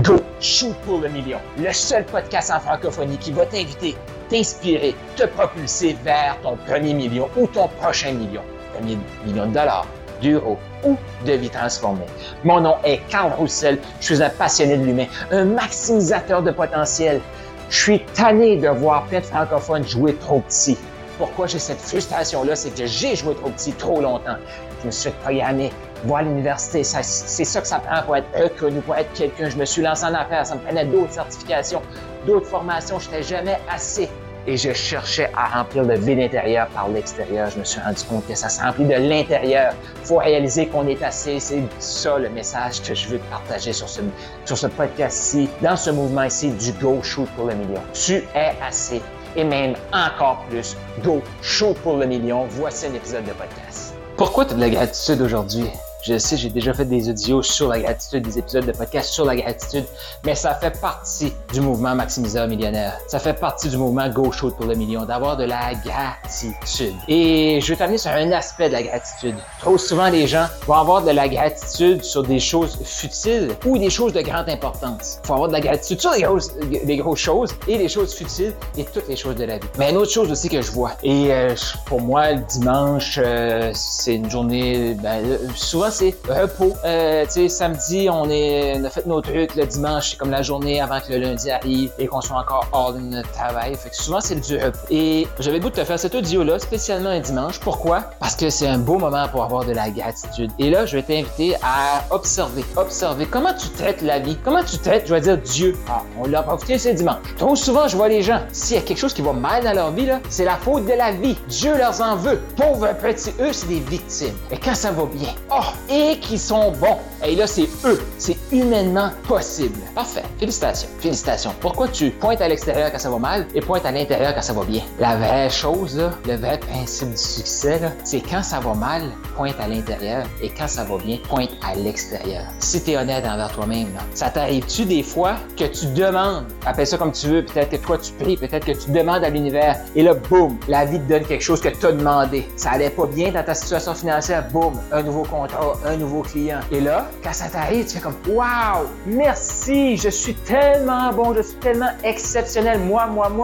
Go Shoot pour le million, le seul podcast en francophonie qui va t'inviter, t'inspirer, te propulser vers ton premier million ou ton prochain million. Premier million de dollars, d'euros ou de vie transformée. Mon nom est Carl Roussel, je suis un passionné de l'humain, un maximisateur de potentiel. Je suis tanné de voir plein de francophones jouer trop petit. Pourquoi j'ai cette frustration-là? C'est que j'ai joué trop petit trop longtemps. Je me suis programmé, voir l'université, c'est ça que ça prend pour être reconnu, pour être quelqu'un. Je me suis lancé en affaires, ça me prenait d'autres certifications, d'autres formations, je n'étais jamais assez. Et je cherchais à remplir le vide intérieur par l'extérieur. Je me suis rendu compte que ça se remplit de l'intérieur. Il faut réaliser qu'on est assez. C'est ça le message que je veux te partager sur ce podcast-ci, dans ce mouvement ici du Go Shoot pour le million. Tu es assez. Et même encore plus, Go Shoot pour le million. Voici un épisode de podcast. Pourquoi tu as de la gratitude aujourd'hui? Je sais, j'ai déjà fait des audios sur la gratitude, des épisodes de podcast sur la gratitude, mais ça fait partie du mouvement Maximiseur Millionnaire. Ça fait partie du mouvement Go Shoot pour le million, d'avoir de la gratitude. Et je vais t'amener sur un aspect de la gratitude. Trop souvent, les gens vont avoir de la gratitude sur des choses futiles ou des choses de grande importance. Il faut avoir de la gratitude sur des grosses choses et des choses futiles et toutes les choses de la vie. Mais une autre chose aussi que je vois, et pour moi, le dimanche, c'est une journée, souvent, c'est repos. Tu sais, samedi, on a fait nos trucs. Le dimanche, c'est comme la journée avant que le lundi arrive et qu'on soit encore hors de notre travail. Fait que souvent, c'est du repos. Et j'avais le goût de te faire cet audio-là, spécialement un dimanche. Pourquoi? Parce que c'est un beau moment pour avoir de la gratitude. Et là, je vais t'inviter à observer. Observer comment tu traites la vie. Comment tu traites, je vais dire, Dieu. Ah, on l'a profité, c'est dimanche. Trop souvent, je vois les gens, s'il y a quelque chose qui va mal dans leur vie, là, c'est la faute de la vie. Dieu leur en veut. Pauvres petits, eux, c'est des victimes. Et quand ça va bien, et qui sont bons. Et là, c'est eux. C'est humainement possible. Parfait. Félicitations. Félicitations. Pourquoi tu pointes à l'extérieur quand ça va mal et pointes à l'intérieur quand ça va bien? La vraie chose, là, le vrai principe du succès, là, c'est quand ça va mal, pointe à l'intérieur et quand ça va bien, pointe à l'extérieur. Si tu es honnête envers toi-même, là, ça t'arrive-tu des fois que tu demandes, appelle ça comme tu veux, peut-être que toi tu pries, peut-être que tu demandes à l'univers et là, boum, la vie te donne quelque chose que tu as demandé. Ça allait pas bien dans ta situation financière, boum, un nouveau contrat, un nouveau client. Et là, quand ça t'arrive, tu fais comme « Wow! Merci! Je suis tellement bon, je suis tellement exceptionnel, moi. »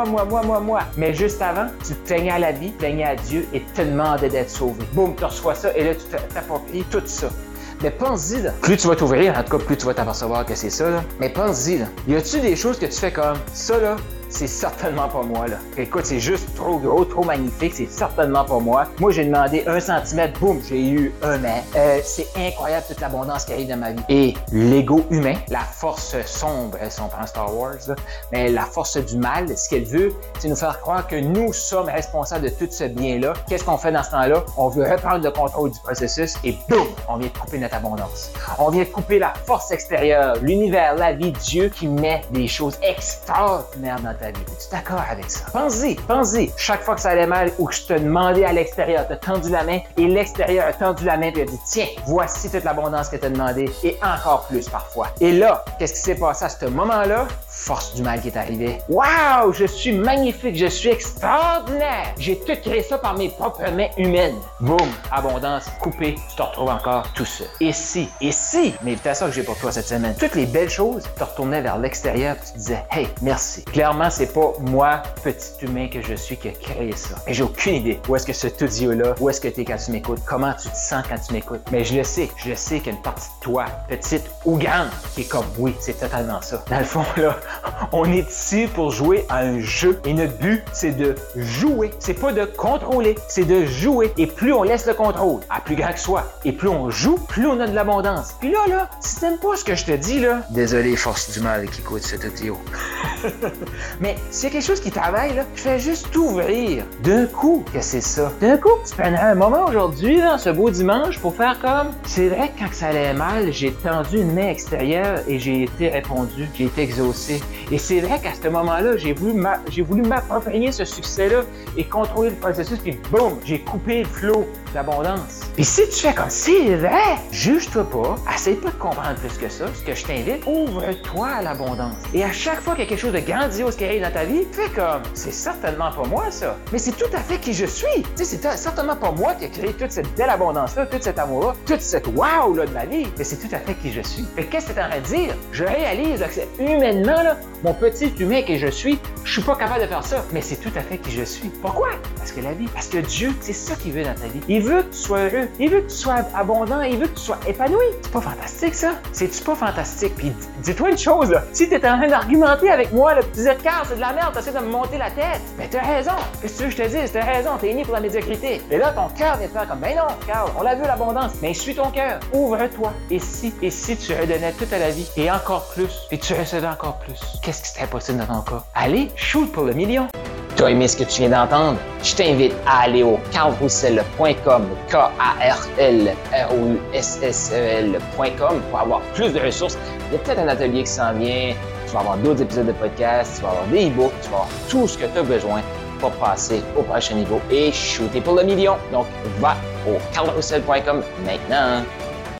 Mais juste avant, tu te plaignais à la vie, plaignais à Dieu et te demandais d'être sauvé. Boum, tu reçois ça et là, tu t'appropries tout ça. Mais pense-y, là. Plus tu vas t'ouvrir, en tout cas, plus tu vas t'apercevoir que c'est ça, là. Mais pense-y, là. Y a-tu des choses que tu fais comme ça, là? C'est certainement pas moi, là. Écoute, c'est juste trop gros, trop magnifique, c'est certainement pas moi. Moi, j'ai demandé 1 centimètre, boum, j'ai eu 1 mètre. C'est incroyable toute l'abondance qui arrive dans ma vie. Et l'ego humain, la force sombre, si on prend Star Wars, là, mais la force du mal, ce qu'elle veut, c'est nous faire croire que nous sommes responsables de tout ce bien-là. Qu'est-ce qu'on fait dans ce temps-là? On veut reprendre le contrôle du processus et boum, on vient de couper notre abondance. On vient de couper la force extérieure, l'univers, la vie, Dieu qui met des choses extraordinaires dans ta vie. Es-tu d'accord avec ça? Pense-y. Chaque fois que ça allait mal ou que je te demandais à l'extérieur, t'as tendu la main et l'extérieur a tendu la main et a dit « Tiens, voici toute l'abondance que t'as demandé et encore plus parfois. » Et là, qu'est-ce qui s'est passé à ce moment-là? Force du mal qui est arrivée. Wow! Je suis magnifique, je suis extraordinaire! J'ai tout créé ça par mes propres mains humaines. Boum! Abondance coupée, tu te retrouves encore tout seul. Et si, l'invitation que j'ai pour toi cette semaine, toutes les belles choses te retournaient vers l'extérieur et tu disais « Hey, merci. » Clairement, c'est pas moi, petit humain que je suis, qui a créé ça. Et j'ai aucune idée où est-ce que cet audio-là, où est-ce que t'es quand tu m'écoutes, comment tu te sens quand tu m'écoutes. Mais je le sais qu'il y a une partie de toi, petite ou grande, qui est comme oui, c'est totalement ça. Dans le fond, là, on est ici pour jouer à un jeu et notre but, c'est de jouer. C'est pas de contrôler, c'est de jouer. Et plus on laisse le contrôle à plus grand que soi, et plus on joue, plus on a de l'abondance. Puis là, si t'aimes pas ce que je te dis, là, désolé, force du mal qui écoute cet audio. Mais s'il y a quelque chose qui travaille, là, je fais juste t'ouvrir d'un coup que c'est ça. D'un coup, tu prendrais un moment aujourd'hui, dans ce beau dimanche, pour faire comme... C'est vrai que quand ça allait mal, j'ai tendu une main extérieure et j'ai été répondu, j'ai été exaucé. Et c'est vrai qu'à ce moment-là, j'ai voulu m'approprier ce succès-là et contrôler le processus, puis boum, j'ai coupé le flot d'abondance. Puis si tu fais comme c'est vrai, juge-toi pas, essaye pas de comprendre plus que ça. Ce que je t'invite, ouvre-toi à l'abondance. Et à chaque fois qu'il y a quelque chose de grandiose qui arrive dans ta vie, fais comme c'est certainement pas moi ça, mais c'est tout à fait qui je suis. Tu sais, c'est certainement pas moi qui ai créé toute cette belle abondance-là, tout cet amour-là, toute cette wow-là de ma vie, mais c'est tout à fait qui je suis. Fait qu'est-ce que tu es en train de dire? Je réalise là, que humainement, là, mon petit humain que je suis pas capable de faire ça, mais c'est tout à fait qui je suis. Pourquoi? Parce que la vie, parce que Dieu, c'est ça qu'il veut dans ta vie. Il veut que tu sois heureux, il veut que tu sois abondant, il veut que tu sois épanoui. C'est pas fantastique ça? C'est-tu pas fantastique? Puis dis-toi une chose, là, si t'es en train d'argumenter avec moi, là, tu disais, Carl, c'est de la merde, t'essaies de me monter la tête, ben t'as raison. Qu'est-ce que tu veux que je te dise? T'as raison, t'es né pour la médiocrité. Et là, ton cœur vient te faire comme, ben non, Carl, on l'a vu l'abondance, mais suis ton cœur, ouvre-toi. Et si tu redonnais tout à la vie, et encore plus, et tu recevais encore plus, qu'est-ce qui serait possible dans ton cas? Allez, shoot pour le million. Tu as aimé ce que tu viens d'entendre? Je t'invite à aller au carlroussel.com, KARLROUSSEL.com pour avoir plus de ressources. Il y a peut-être un atelier qui s'en vient, tu vas avoir d'autres épisodes de podcast, tu vas avoir des e-books, tu vas avoir tout ce que tu as besoin pour passer au prochain niveau et shooter pour le million. Donc, va au carlroussel.com maintenant.